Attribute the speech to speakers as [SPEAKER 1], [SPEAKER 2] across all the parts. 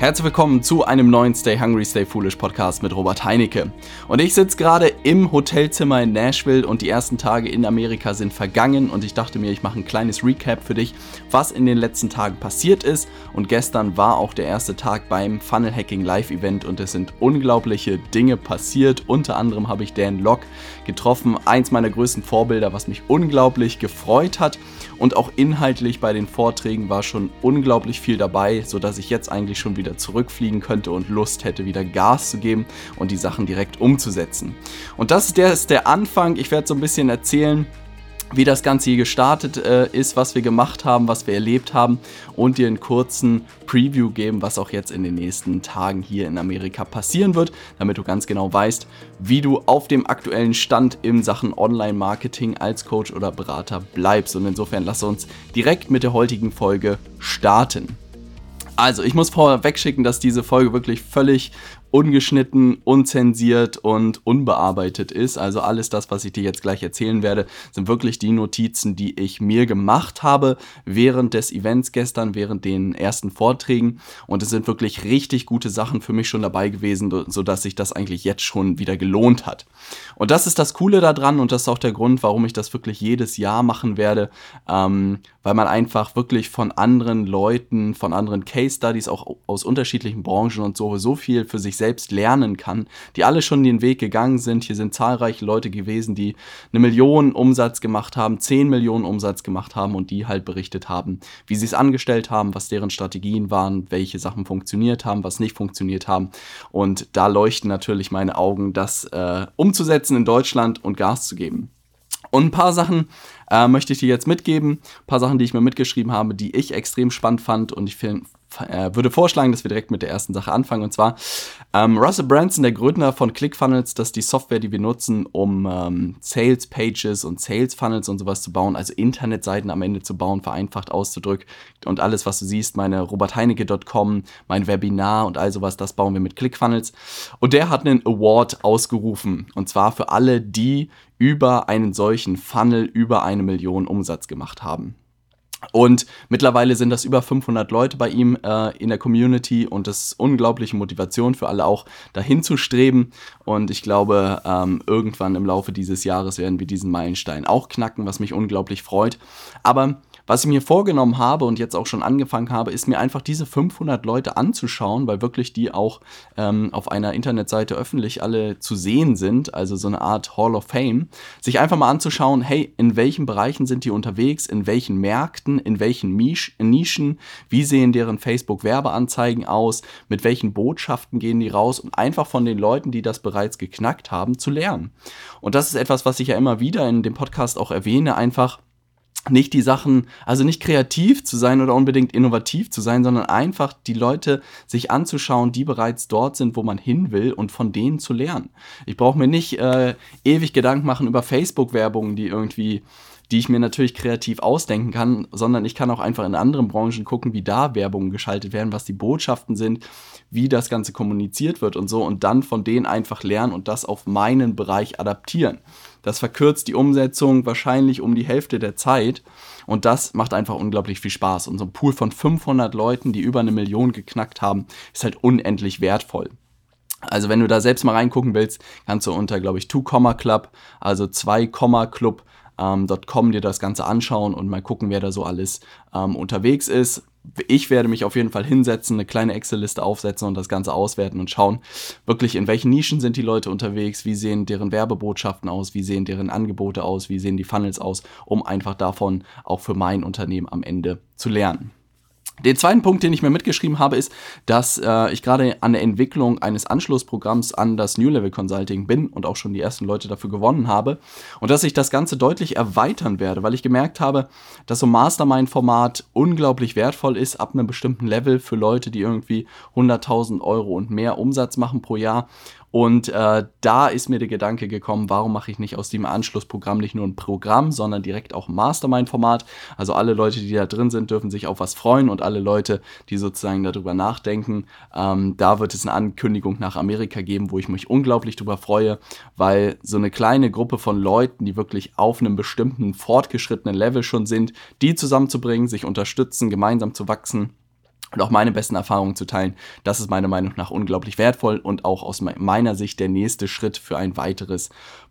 [SPEAKER 1] Herzlich willkommen zu einem neuen Stay Hungry, Stay Foolish Podcast mit Robert Heinecke. Und ich sitze gerade im Hotelzimmer in Nashville und die ersten Tage in Amerika sind vergangen und ich dachte mir, ich mache ein kleines Recap für dich, was in den letzten Tagen passiert ist. Und gestern war auch der erste Tag beim Funnel Hacking Live Event und es sind unglaubliche Dinge passiert. Unter anderem habe ich Dan Lok getroffen, eins meiner größten Vorbilder, was mich unglaublich gefreut hat. Und auch inhaltlich bei den Vorträgen war schon unglaublich viel dabei, sodass ich jetzt eigentlich schon wieder zurückfliegen könnte und Lust hätte, wieder Gas zu geben und die Sachen direkt umzusetzen. Und das ist der Anfang. Ich werde so ein bisschen erzählen, wie das Ganze hier gestartet ist, was wir gemacht haben, was wir erlebt haben und dir einen kurzen Preview geben, was auch jetzt in den nächsten Tagen hier in Amerika passieren wird, damit du ganz genau weißt, wie du auf dem aktuellen Stand in Sachen Online-Marketing als Coach oder Berater bleibst. Und insofern lass uns direkt mit der heutigen Folge starten. Also, ich muss vorweg schicken, dass diese Folge wirklich völlig ungeschnitten, unzensiert und unbearbeitet ist. Also alles das, was ich dir jetzt gleich erzählen werde, sind wirklich die Notizen, die ich mir gemacht habe während des Events gestern, während den ersten Vorträgen. Und es sind wirklich richtig gute Sachen für mich schon dabei gewesen, sodass sich das eigentlich jetzt schon wieder gelohnt hat. Und das ist das Coole daran und das ist auch der Grund, warum ich das wirklich jedes Jahr machen werde, weil man einfach wirklich von anderen Leuten, von anderen Case Studies, auch aus unterschiedlichen Branchen und so viel für sich selbst lernen kann, die alle schon den Weg gegangen sind. Hier sind zahlreiche Leute gewesen, die 1 Million Umsatz gemacht haben, 10 Millionen Umsatz gemacht haben und die halt berichtet haben, wie sie es angestellt haben, was deren Strategien waren, welche Sachen funktioniert haben, was nicht funktioniert haben. Und da leuchten natürlich meine Augen, das umzusetzen in Deutschland und Gas zu geben. Und ein paar Sachen möchte ich dir jetzt mitgeben, ein paar Sachen, die ich mir mitgeschrieben habe, die ich extrem spannend fand und ich würde vorschlagen, dass wir direkt mit der ersten Sache anfangen und zwar Russell Brunson, der Gründer von ClickFunnels, das ist die Software, die wir nutzen, um Sales Pages und Sales Funnels und sowas zu bauen, also Internetseiten am Ende zu bauen, vereinfacht ausgedrückt und alles, was du siehst, meine robertheinecke.com, mein Webinar und all sowas, das bauen wir mit ClickFunnels und der hat einen Award ausgerufen und zwar für alle, die über einen solchen Funnel über 1 Million Umsatz gemacht haben. Und mittlerweile sind das über 500 Leute bei ihm in der Community und das ist unglaubliche Motivation für alle auch dahin zu streben und ich glaube, irgendwann im Laufe dieses Jahres werden wir diesen Meilenstein auch knacken, was mich unglaublich freut. Aber was ich mir vorgenommen habe und jetzt auch schon angefangen habe, ist mir einfach diese 500 Leute anzuschauen, weil wirklich die auch auf einer Internetseite öffentlich alle zu sehen sind, also so eine Art Hall of Fame, sich einfach mal anzuschauen, hey, in welchen Bereichen sind die unterwegs, in welchen Märkten, in welchen Nischen, wie sehen deren Facebook-Werbeanzeigen aus, mit welchen Botschaften gehen die raus und einfach von den Leuten, die das bereits geknackt haben, zu lernen. Und das ist etwas, was ich ja immer wieder in dem Podcast auch erwähne, einfach nicht die Sachen, also nicht kreativ zu sein oder unbedingt innovativ zu sein, sondern einfach die Leute sich anzuschauen, die bereits dort sind, wo man hin will und von denen zu lernen. Ich brauche mir nicht ewig Gedanken machen über Facebook-Werbung, die ich mir natürlich kreativ ausdenken kann, sondern ich kann auch einfach in anderen Branchen gucken, wie da Werbungen geschaltet werden, was die Botschaften sind, wie das Ganze kommuniziert wird und so und dann von denen einfach lernen und das auf meinen Bereich adaptieren. Das verkürzt die Umsetzung wahrscheinlich um die Hälfte der Zeit und das macht einfach unglaublich viel Spaß. Und so ein Pool von 500 Leuten, die über 1 Million geknackt haben, ist halt unendlich wertvoll. Also wenn du da selbst mal reingucken willst, kannst du unter, glaube ich, 2 Club, also 2 Club.com dir das Ganze anschauen und mal gucken, wer da so alles unterwegs ist. Ich werde mich auf jeden Fall hinsetzen, eine kleine Excel-Liste aufsetzen und das Ganze auswerten und schauen, wirklich in welchen Nischen sind die Leute unterwegs, wie sehen deren Werbebotschaften aus, wie sehen deren Angebote aus, wie sehen die Funnels aus, um einfach davon auch für mein Unternehmen am Ende zu lernen. Den zweiten Punkt, den ich mir mitgeschrieben habe, ist, dass ich gerade an der Entwicklung eines Anschlussprogramms an das New Level Consulting bin und auch schon die ersten Leute dafür gewonnen habe und dass ich das Ganze deutlich erweitern werde, weil ich gemerkt habe, dass so ein Mastermind-Format unglaublich wertvoll ist ab einem bestimmten Level für Leute, die irgendwie 100.000 Euro und mehr Umsatz machen pro Jahr. Und da ist mir der Gedanke gekommen, warum mache ich nicht aus dem Anschlussprogramm nicht nur ein Programm, sondern direkt auch ein Mastermind-Format. Also alle Leute, die da drin sind, dürfen sich auf was freuen und alle Leute, die sozusagen darüber nachdenken, da wird es eine Ankündigung nach Amerika geben, wo ich mich unglaublich drüber freue, weil so eine kleine Gruppe von Leuten, die wirklich auf einem bestimmten fortgeschrittenen Level schon sind, die zusammenzubringen, sich unterstützen, gemeinsam zu wachsen und auch meine besten Erfahrungen zu teilen. Das ist meiner Meinung nach unglaublich wertvoll und auch aus meiner Sicht der nächste Schritt für ein weiteres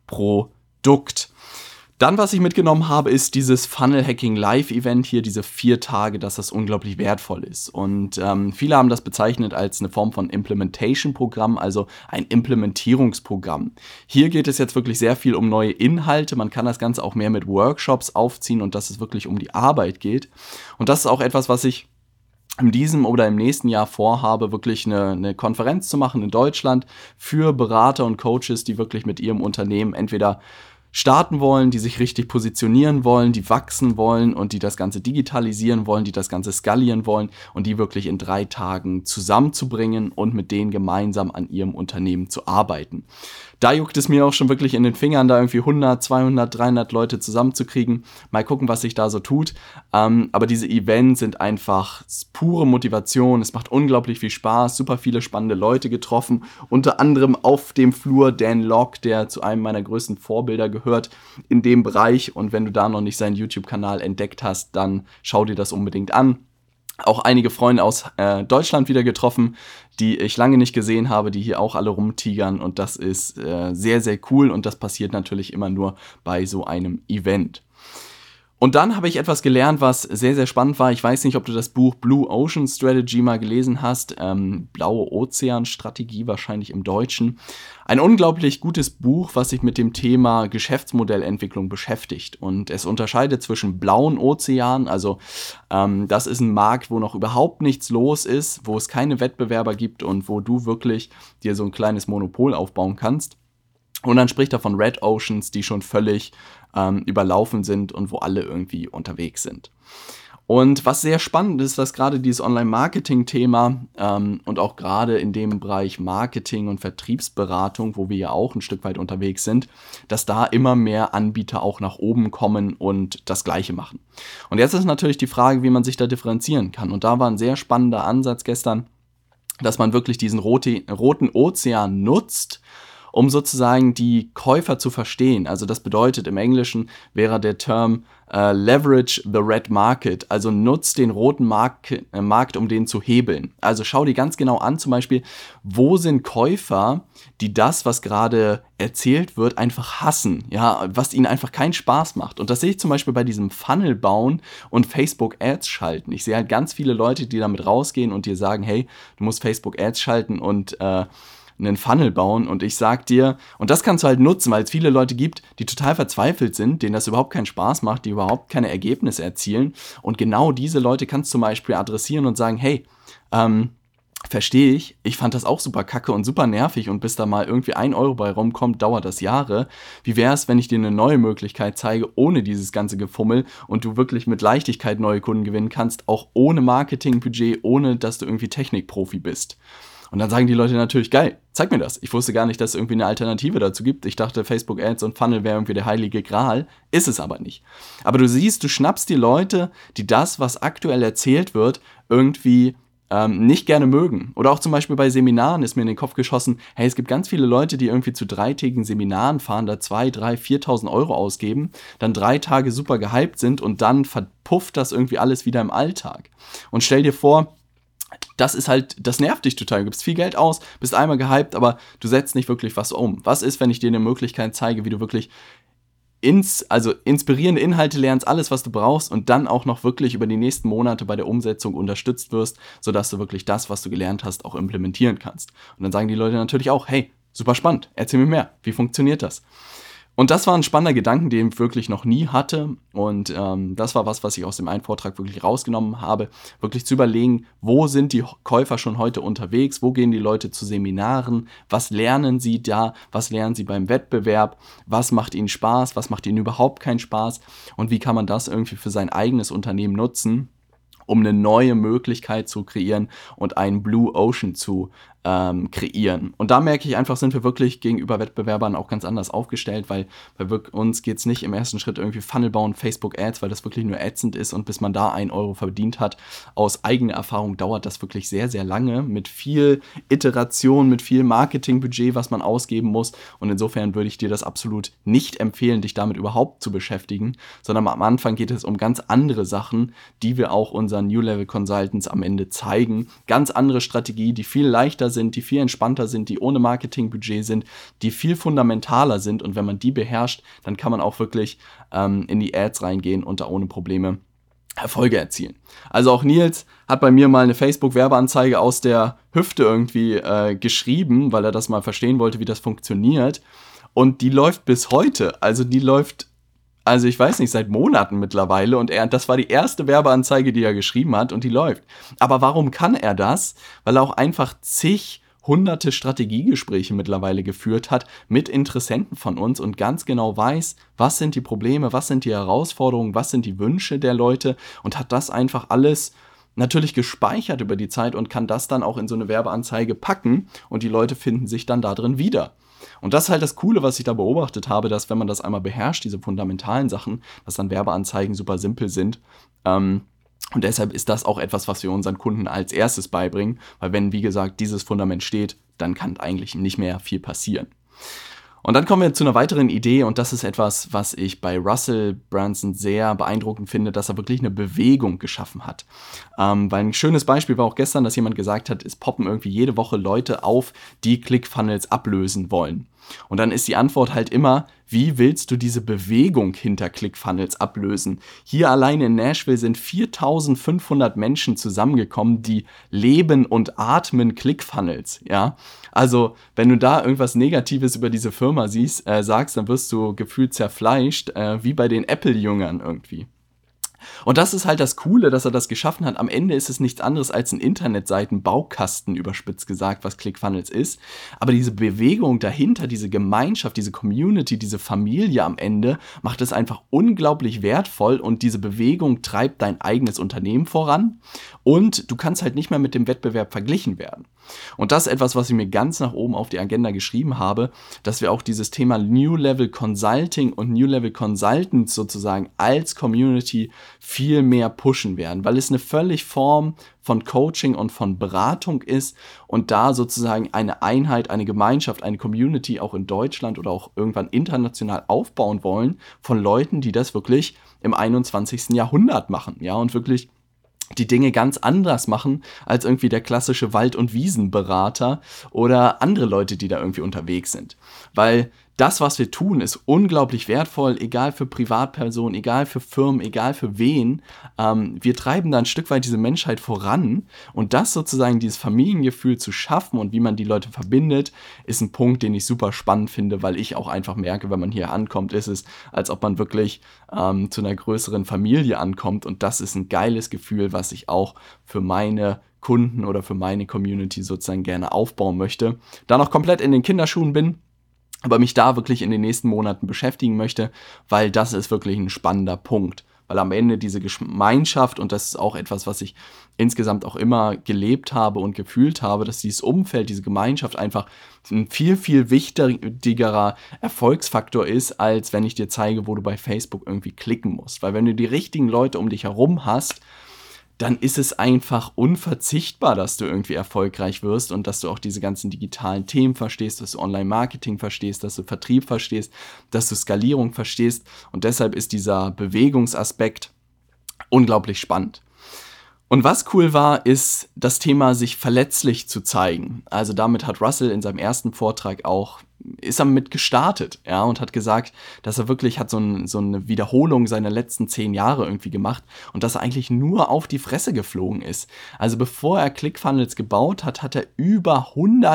[SPEAKER 1] Produkt. Dann, was ich mitgenommen habe, ist dieses Funnel Hacking Live-Event hier, diese 4 Tage, dass das unglaublich wertvoll ist. Und viele haben das bezeichnet als eine Form von Implementation-Programm, also ein Implementierungsprogramm. Hier geht es jetzt wirklich sehr viel um neue Inhalte. Man kann das Ganze auch mehr mit Workshops aufziehen und dass es wirklich um die Arbeit geht. Und das ist auch etwas, was ich in diesem oder im nächsten Jahr vorhabe, wirklich eine Konferenz zu machen in Deutschland für Berater und Coaches, die wirklich mit ihrem Unternehmen entweder starten wollen, die sich richtig positionieren wollen, die wachsen wollen und die das Ganze digitalisieren wollen, die das Ganze skalieren wollen und die wirklich in 3 Tagen zusammenzubringen und mit denen gemeinsam an ihrem Unternehmen zu arbeiten. Da juckt es mir auch schon wirklich in den Fingern, da irgendwie 100, 200, 300 Leute zusammenzukriegen. Mal gucken, was sich da so tut. Aber diese Events sind einfach pure Motivation. Es macht unglaublich viel Spaß, super viele spannende Leute getroffen. Unter anderem auf dem Flur Dan Lok, der zu einem meiner größten Vorbilder gehört in dem Bereich. Und wenn du da noch nicht seinen YouTube-Kanal entdeckt hast, dann schau dir das unbedingt an. Auch einige Freunde aus Deutschland wieder getroffen, die ich lange nicht gesehen habe, die hier auch alle rumtigern und das ist sehr, sehr cool und das passiert natürlich immer nur bei so einem Event. Und dann habe ich etwas gelernt, was sehr, sehr spannend war. Ich weiß nicht, ob du das Buch Blue Ocean Strategy mal gelesen hast. Blaue Ozean Strategie wahrscheinlich im Deutschen. Ein unglaublich gutes Buch, was sich mit dem Thema Geschäftsmodellentwicklung beschäftigt. Und es unterscheidet zwischen blauen Ozean, also das ist ein Markt, wo noch überhaupt nichts los ist, wo es keine Wettbewerber gibt und wo du wirklich dir so ein kleines Monopol aufbauen kannst. Und dann spricht er von Red Oceans, die schon völlig überlaufen sind und wo alle irgendwie unterwegs sind. Und was sehr spannend ist, was gerade dieses Online-Marketing-Thema und auch gerade in dem Bereich Marketing und Vertriebsberatung, wo wir ja auch ein Stück weit unterwegs sind, dass da immer mehr Anbieter auch nach oben kommen und das Gleiche machen. Und jetzt ist natürlich die Frage, wie man sich da differenzieren kann. Und da war ein sehr spannender Ansatz gestern, dass man wirklich diesen roten Ozean nutzt, um sozusagen die Käufer zu verstehen. Also das bedeutet, im Englischen wäre der Term leverage the red market, also nutzt den roten Markt, um den zu hebeln. Also schau dir ganz genau an, zum Beispiel, wo sind Käufer, die das, was gerade erzählt wird, einfach hassen, ja, was ihnen einfach keinen Spaß macht. Und das sehe ich zum Beispiel bei diesem Funnel bauen und Facebook Ads schalten. Ich sehe halt ganz viele Leute, die damit rausgehen und dir sagen, hey, du musst Facebook Ads schalten und einen Funnel bauen und ich sag dir, und das kannst du halt nutzen, weil es viele Leute gibt, die total verzweifelt sind, denen das überhaupt keinen Spaß macht, die überhaupt keine Ergebnisse erzielen und genau diese Leute kannst du zum Beispiel adressieren und sagen, hey, verstehe ich fand das auch super kacke und super nervig und bis da mal irgendwie 1 Euro bei rumkommt, dauert das Jahre. Wie wäre es, wenn ich dir eine neue Möglichkeit zeige, ohne dieses ganze Gefummel und du wirklich mit Leichtigkeit neue Kunden gewinnen kannst, auch ohne Marketingbudget, ohne dass du irgendwie Technikprofi bist. Und dann sagen die Leute natürlich, geil, zeig mir das. Ich wusste gar nicht, dass es irgendwie eine Alternative dazu gibt. Ich dachte, Facebook Ads und Funnel wäre irgendwie der heilige Gral. Ist es aber nicht. Aber du siehst, du schnappst die Leute, die das, was aktuell erzählt wird, irgendwie nicht gerne mögen. Oder auch zum Beispiel bei Seminaren ist mir in den Kopf geschossen, hey, es gibt ganz viele Leute, die irgendwie zu 3-tägigen Seminaren fahren, da 2.000, 3.000, 4.000 Euro ausgeben, dann 3 Tage super gehypt sind und dann verpufft das irgendwie alles wieder im Alltag. Und stell dir vor, das ist halt, das nervt dich total. Du gibst viel Geld aus, bist einmal gehypt, aber du setzt nicht wirklich was um. Was ist, wenn ich dir eine Möglichkeit zeige, wie du wirklich inspirierende Inhalte lernst, alles, was du brauchst und dann auch noch wirklich über die nächsten Monate bei der Umsetzung unterstützt wirst, sodass du wirklich das, was du gelernt hast, auch implementieren kannst. Und dann sagen die Leute natürlich auch, hey, super spannend, erzähl mir mehr, wie funktioniert das? Und das war ein spannender Gedanke, den ich wirklich noch nie hatte und das war was ich aus dem einen Vortrag wirklich rausgenommen habe, wirklich zu überlegen, wo sind die Käufer schon heute unterwegs, wo gehen die Leute zu Seminaren, was lernen sie da, was lernen sie beim Wettbewerb, was macht ihnen Spaß, was macht ihnen überhaupt keinen Spaß und wie kann man das irgendwie für sein eigenes Unternehmen nutzen, um eine neue Möglichkeit zu kreieren und einen Blue Ocean zu kreieren. Und da merke ich einfach, sind wir wirklich gegenüber Wettbewerbern auch ganz anders aufgestellt, weil bei uns geht es nicht im ersten Schritt irgendwie Funnel bauen, Facebook Ads, weil das wirklich nur ätzend ist und bis man da 1 Euro verdient hat, aus eigener Erfahrung dauert das wirklich sehr, sehr lange mit viel Iteration, mit viel Marketingbudget, was man ausgeben muss, und insofern würde ich dir das absolut nicht empfehlen, dich damit überhaupt zu beschäftigen, sondern am Anfang geht es um ganz andere Sachen, die wir auch unseren New Level Consultants am Ende zeigen. Ganz andere Strategie, die viel leichter sind, die viel entspannter sind, die ohne Marketingbudget sind, die viel fundamentaler sind, und wenn man die beherrscht, dann kann man auch wirklich in die Ads reingehen und da ohne Probleme Erfolge erzielen. Also auch Nils hat bei mir mal eine Facebook-Werbeanzeige aus der Hüfte irgendwie geschrieben, weil er das mal verstehen wollte, wie das funktioniert, und die läuft bis heute. Also die läuft, also ich weiß nicht, seit Monaten mittlerweile, und das war die erste Werbeanzeige, die er geschrieben hat, und die läuft. Aber warum kann er das? Weil er auch einfach hunderte Strategiegespräche mittlerweile geführt hat mit Interessenten von uns und ganz genau weiß, was sind die Probleme, was sind die Herausforderungen, was sind die Wünsche der Leute, und hat das einfach alles natürlich gespeichert über die Zeit und kann das dann auch in so eine Werbeanzeige packen, und die Leute finden sich dann da drin wieder. Und das ist halt das Coole, was ich da beobachtet habe, dass wenn man das einmal beherrscht, diese fundamentalen Sachen, dass dann Werbeanzeigen super simpel sind. Und deshalb ist das auch etwas, was wir unseren Kunden als erstes beibringen, weil wenn, wie gesagt, dieses Fundament steht, dann kann eigentlich nicht mehr viel passieren. Und dann kommen wir zu einer weiteren Idee, und das ist etwas, was ich bei Russell Brunson sehr beeindruckend finde, dass er wirklich eine Bewegung geschaffen hat. Weil ein schönes Beispiel war auch gestern, dass jemand gesagt hat, es poppen irgendwie jede Woche Leute auf, die ClickFunnels ablösen wollen. Und dann ist die Antwort halt immer, wie willst du diese Bewegung hinter ClickFunnels ablösen? Hier allein in Nashville sind 4.500 Menschen zusammengekommen, die leben und atmen ClickFunnels, ja. Also, wenn du da irgendwas Negatives über diese Firma sagst, dann wirst du gefühlt zerfleischt, wie bei den Apple-Jüngern irgendwie. Und das ist halt das Coole, dass er das geschaffen hat. Am Ende ist es nichts anderes als ein Internetseiten-Baukasten, überspitzt gesagt, was ClickFunnels ist. Aber diese Bewegung dahinter, diese Gemeinschaft, diese Community, diese Familie am Ende, macht es einfach unglaublich wertvoll, und diese Bewegung treibt dein eigenes Unternehmen voran, und du kannst halt nicht mehr mit dem Wettbewerb verglichen werden. Und das ist etwas, was ich mir ganz nach oben auf die Agenda geschrieben habe, dass wir auch dieses Thema New Level Consulting und New Level Consultants sozusagen als Community viel mehr pushen werden, weil es eine völlig Form von Coaching und von Beratung ist und da sozusagen eine Einheit, eine Gemeinschaft, eine Community auch in Deutschland oder auch irgendwann international aufbauen wollen von Leuten, die das wirklich im 21. Jahrhundert machen, ja, und wirklich die Dinge ganz anders machen als irgendwie der klassische Wald- und Wiesenberater oder andere Leute, die da irgendwie unterwegs sind. Weil das, was wir tun, ist unglaublich wertvoll, egal für Privatpersonen, egal für Firmen, egal für wen. Wir treiben da ein Stück weit diese Menschheit voran, und das sozusagen, dieses Familiengefühl zu schaffen und wie man die Leute verbindet, ist ein Punkt, den ich super spannend finde, weil ich auch einfach merke, wenn man hier ankommt, ist es, als ob man wirklich zu einer größeren Familie ankommt, und das ist ein geiles Gefühl, was ich auch für meine Kunden oder für meine Community sozusagen gerne aufbauen möchte. Da noch komplett in den Kinderschuhen bin, aber mich da wirklich in den nächsten Monaten beschäftigen möchte, weil das ist wirklich ein spannender Punkt. Weil am Ende diese Gemeinschaft, und das ist auch etwas, was ich insgesamt auch immer gelebt habe und gefühlt habe, dass dieses Umfeld, diese Gemeinschaft einfach ein viel, viel wichtigerer Erfolgsfaktor ist, als wenn ich dir zeige, wo du bei Facebook irgendwie klicken musst. Weil wenn du die richtigen Leute um dich herum hast, dann ist es einfach unverzichtbar, dass du irgendwie erfolgreich wirst und dass du auch diese ganzen digitalen Themen verstehst, dass du Online-Marketing verstehst, dass du Vertrieb verstehst, dass du Skalierung verstehst, und deshalb ist dieser Bewegungsaspekt unglaublich spannend. Und was cool war, ist das Thema, sich verletzlich zu zeigen. Also damit hat Russell in seinem ersten Vortrag ist er mit gestartet, ja, und hat gesagt, dass er wirklich so eine Wiederholung seiner letzten 10 Jahre irgendwie gemacht und dass er eigentlich nur auf die Fresse geflogen ist. Also bevor er ClickFunnels gebaut hat, hat er über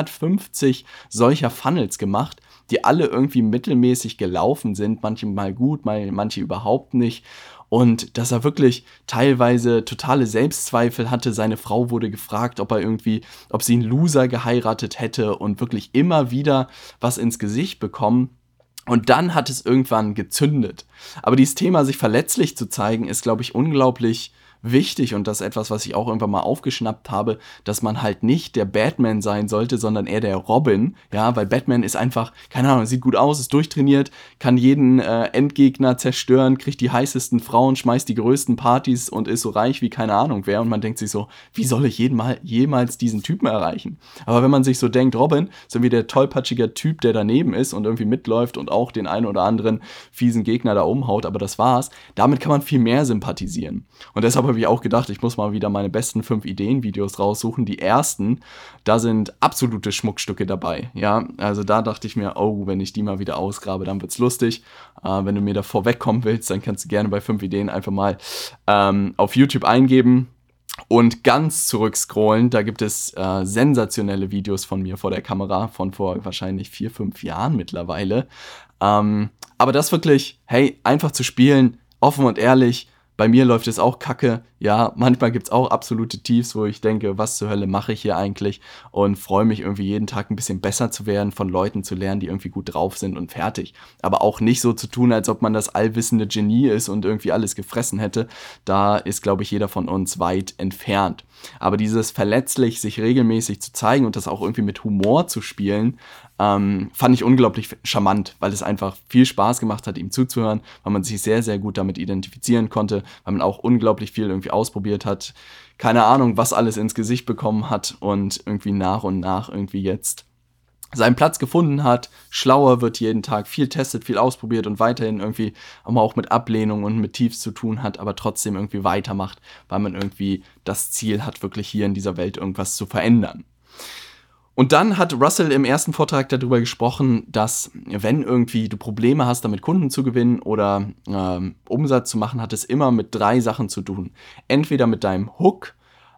[SPEAKER 1] 150 solcher Funnels gemacht, die alle irgendwie mittelmäßig gelaufen sind, manche mal gut, manche überhaupt nicht. Und dass er wirklich teilweise totale Selbstzweifel hatte. Seine Frau wurde gefragt, ob sie einen Loser geheiratet hätte, und wirklich immer wieder was ins Gesicht bekommen. Und dann hat es irgendwann gezündet. Aber dieses Thema, sich verletzlich zu zeigen, ist, glaube ich, unglaublich wichtig und das ist etwas, was ich auch irgendwann mal aufgeschnappt habe, dass man halt nicht der Batman sein sollte, sondern eher der Robin, ja, weil Batman ist einfach, keine Ahnung, sieht gut aus, ist durchtrainiert, kann jeden Endgegner zerstören, kriegt die heißesten Frauen, schmeißt die größten Partys und ist so reich wie keine Ahnung wer und man denkt sich so, wie soll ich jemals diesen Typen erreichen? Aber wenn man sich so denkt, Robin, so wie der tollpatschige Typ, der daneben ist und irgendwie mitläuft und auch den einen oder anderen fiesen Gegner da umhaut, aber das war's, damit kann man viel mehr sympathisieren. Und deshalb habe ich auch gedacht, ich muss mal wieder meine besten 5 Ideen-Videos raussuchen. Die ersten, da sind absolute Schmuckstücke dabei. Ja, also da dachte ich mir, oh, wenn ich die mal wieder ausgrabe, dann wird's lustig. Wenn du mir da vorwegkommen willst, dann kannst du gerne bei 5 Ideen einfach mal auf YouTube eingeben. Und ganz zurückscrollen, da gibt es sensationelle Videos von mir vor der Kamera, von vor wahrscheinlich 4, 5 Jahren mittlerweile. Aber das wirklich, hey, einfach zu spielen, offen und ehrlich, bei mir läuft es auch kacke, ja, manchmal gibt es auch absolute Tiefs, wo ich denke, was zur Hölle mache ich hier eigentlich und freue mich irgendwie jeden Tag ein bisschen besser zu werden, von Leuten zu lernen, die irgendwie gut drauf sind und fertig. Aber auch nicht so zu tun, als ob man das allwissende Genie ist und irgendwie alles gefressen hätte, da ist, glaube ich, jeder von uns weit entfernt. Aber dieses verletzlich sich regelmäßig zu zeigen und das auch irgendwie mit Humor zu spielen, fand ich unglaublich charmant, weil es einfach viel Spaß gemacht hat, ihm zuzuhören, weil man sich sehr, sehr gut damit identifizieren konnte, weil man auch unglaublich viel irgendwie ausprobiert hat, keine Ahnung, was alles ins Gesicht bekommen hat und irgendwie nach und nach irgendwie jetzt seinen Platz gefunden hat, schlauer wird jeden Tag, viel testet, viel ausprobiert und weiterhin irgendwie auch mit Ablehnung und mit Tiefs zu tun hat, aber trotzdem irgendwie weitermacht, weil man irgendwie das Ziel hat, wirklich hier in dieser Welt irgendwas zu verändern. Und dann hat Russell im ersten Vortrag darüber gesprochen, dass wenn irgendwie du Probleme hast, damit Kunden zu gewinnen oder Umsatz zu machen, hat es immer mit 3 Sachen zu tun. Entweder mit deinem Hook,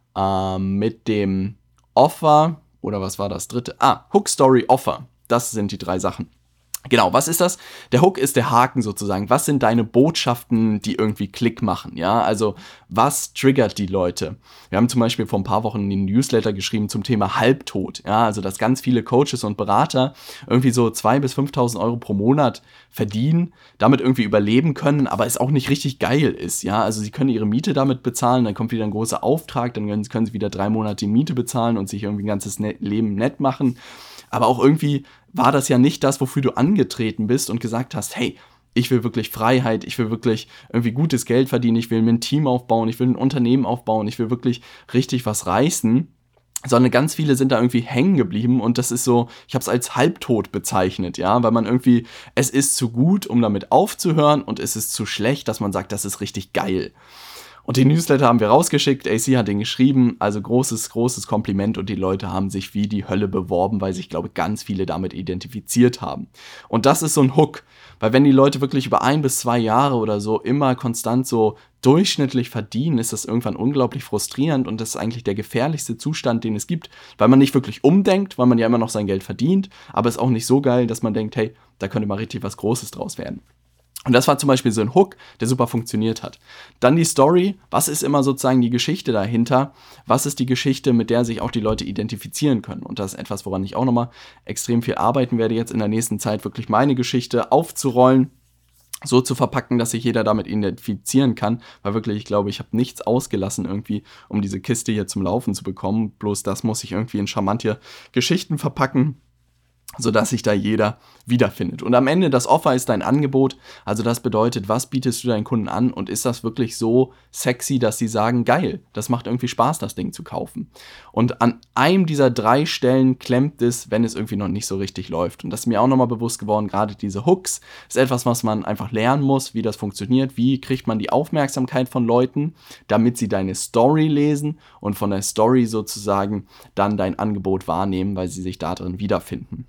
[SPEAKER 1] mit dem Offer oder was war das dritte? Hook, Story, Offer. Das sind die 3 Sachen. Genau, was ist das? Der Hook ist der Haken sozusagen. Was sind deine Botschaften, die irgendwie Klick machen? Ja, also was triggert die Leute? Wir haben zum Beispiel vor ein paar Wochen einen Newsletter geschrieben zum Thema Halbtod. Ja, also dass ganz viele Coaches und Berater irgendwie so 2.000 bis 5.000 Euro pro Monat verdienen, damit irgendwie überleben können, aber es auch nicht richtig geil ist. Ja, also sie können ihre Miete damit bezahlen, dann kommt wieder ein großer Auftrag, dann können sie wieder 3 Monate die Miete bezahlen und sich irgendwie ein ganzes Leben nett machen. Aber auch irgendwie war das ja nicht das, wofür du angetreten bist und gesagt hast, hey, ich will wirklich Freiheit, ich will wirklich irgendwie gutes Geld verdienen, ich will mir ein Team aufbauen, ich will ein Unternehmen aufbauen, ich will wirklich richtig was reißen. Sondern ganz viele sind da irgendwie hängen geblieben und das ist so, ich habe es als Halbtot bezeichnet, ja, weil man irgendwie, es ist zu gut, um damit aufzuhören und es ist zu schlecht, dass man sagt, das ist richtig geil. Und den Newsletter haben wir rausgeschickt, AC hat den geschrieben, also großes Kompliment und die Leute haben sich wie die Hölle beworben, weil sich, glaube ich, ganz viele damit identifiziert haben. Und das ist so ein Hook, weil wenn die Leute wirklich über 1 bis 2 Jahre oder so immer konstant so durchschnittlich verdienen, ist das irgendwann unglaublich frustrierend und das ist eigentlich der gefährlichste Zustand, den es gibt, weil man nicht wirklich umdenkt, weil man ja immer noch sein Geld verdient, aber es ist auch nicht so geil, dass man denkt, hey, da könnte mal richtig was Großes draus werden. Und das war zum Beispiel so ein Hook, der super funktioniert hat. Dann die Story, was ist immer sozusagen die Geschichte dahinter? Was ist die Geschichte, mit der sich auch die Leute identifizieren können? Und das ist etwas, woran ich auch nochmal extrem viel arbeiten werde, jetzt in der nächsten Zeit wirklich meine Geschichte aufzurollen, so zu verpacken, dass sich jeder damit identifizieren kann, weil wirklich, ich glaube, ich habe nichts ausgelassen irgendwie, um diese Kiste hier zum Laufen zu bekommen. Bloß das muss ich irgendwie in charmante Geschichten verpacken, sodass sich da jeder wiederfindet. Und am Ende, das Offer ist dein Angebot, also das bedeutet, was bietest du deinen Kunden an und ist das wirklich so sexy, dass sie sagen, geil, das macht irgendwie Spaß, das Ding zu kaufen. Und an einem dieser 3 Stellen klemmt es, wenn es irgendwie noch nicht so richtig läuft. Und das ist mir auch nochmal bewusst geworden, gerade diese Hooks ist etwas, was man einfach lernen muss, wie das funktioniert, wie kriegt man die Aufmerksamkeit von Leuten, damit sie deine Story lesen und von der Story sozusagen dann dein Angebot wahrnehmen, weil sie sich da drin wiederfinden.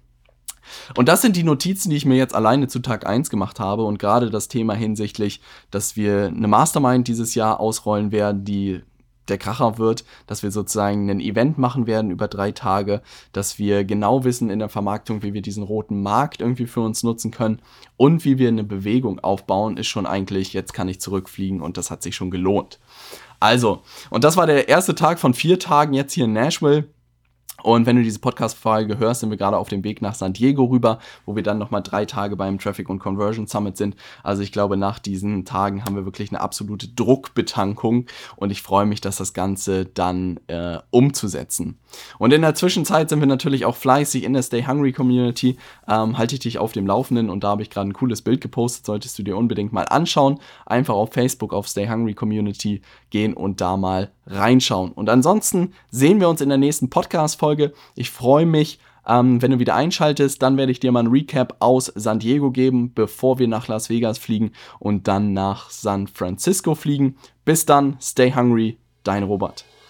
[SPEAKER 1] Und das sind die Notizen, die ich mir jetzt alleine zu Tag 1 gemacht habe und gerade das Thema hinsichtlich, dass wir eine Mastermind dieses Jahr ausrollen werden, die der Kracher wird, dass wir sozusagen ein Event machen werden über 3 Tage, dass wir genau wissen in der Vermarktung, wie wir diesen roten Markt irgendwie für uns nutzen können und wie wir eine Bewegung aufbauen, ist schon eigentlich, jetzt kann ich zurückfliegen und das hat sich schon gelohnt. Also, und das war der erste Tag von 4 Tagen jetzt hier in Nashville. Und wenn du diese Podcast-Folge hörst, sind wir gerade auf dem Weg nach San Diego rüber, wo wir dann nochmal 3 Tage beim Traffic und Conversion Summit sind. Also ich glaube, nach diesen Tagen haben wir wirklich eine absolute Druckbetankung und ich freue mich, das Ganze dann umzusetzen. Und in der Zwischenzeit sind wir natürlich auch fleißig in der Stay Hungry Community. Halte ich dich auf dem Laufenden und da habe ich gerade ein cooles Bild gepostet, solltest du dir unbedingt mal anschauen. Einfach auf Facebook auf Stay Hungry Community gehen und da mal reinschauen. Und ansonsten sehen wir uns in der nächsten Podcast-Folge. Ich freue mich, wenn du wieder einschaltest. Dann werde ich dir mal ein Recap aus San Diego geben, bevor wir nach Las Vegas fliegen und dann nach San Francisco fliegen. Bis dann, stay hungry, dein Robert.